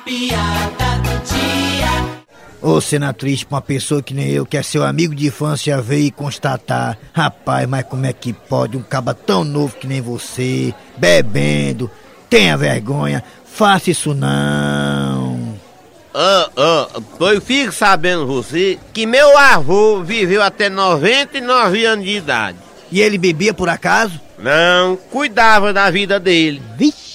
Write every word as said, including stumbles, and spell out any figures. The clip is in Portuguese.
piada do dia. Ô, cena triste pra uma pessoa que nem eu, que é seu amigo de infância, ver e constatar. Rapaz, mas como é que pode um caba tão novo que nem você, bebendo, tenha vergonha, faça isso não. Ah, ah, pois fique sabendo você que meu avô viveu até noventa e nove anos de idade. E ele bebia por acaso? Não, cuidava da vida dele. Vixe!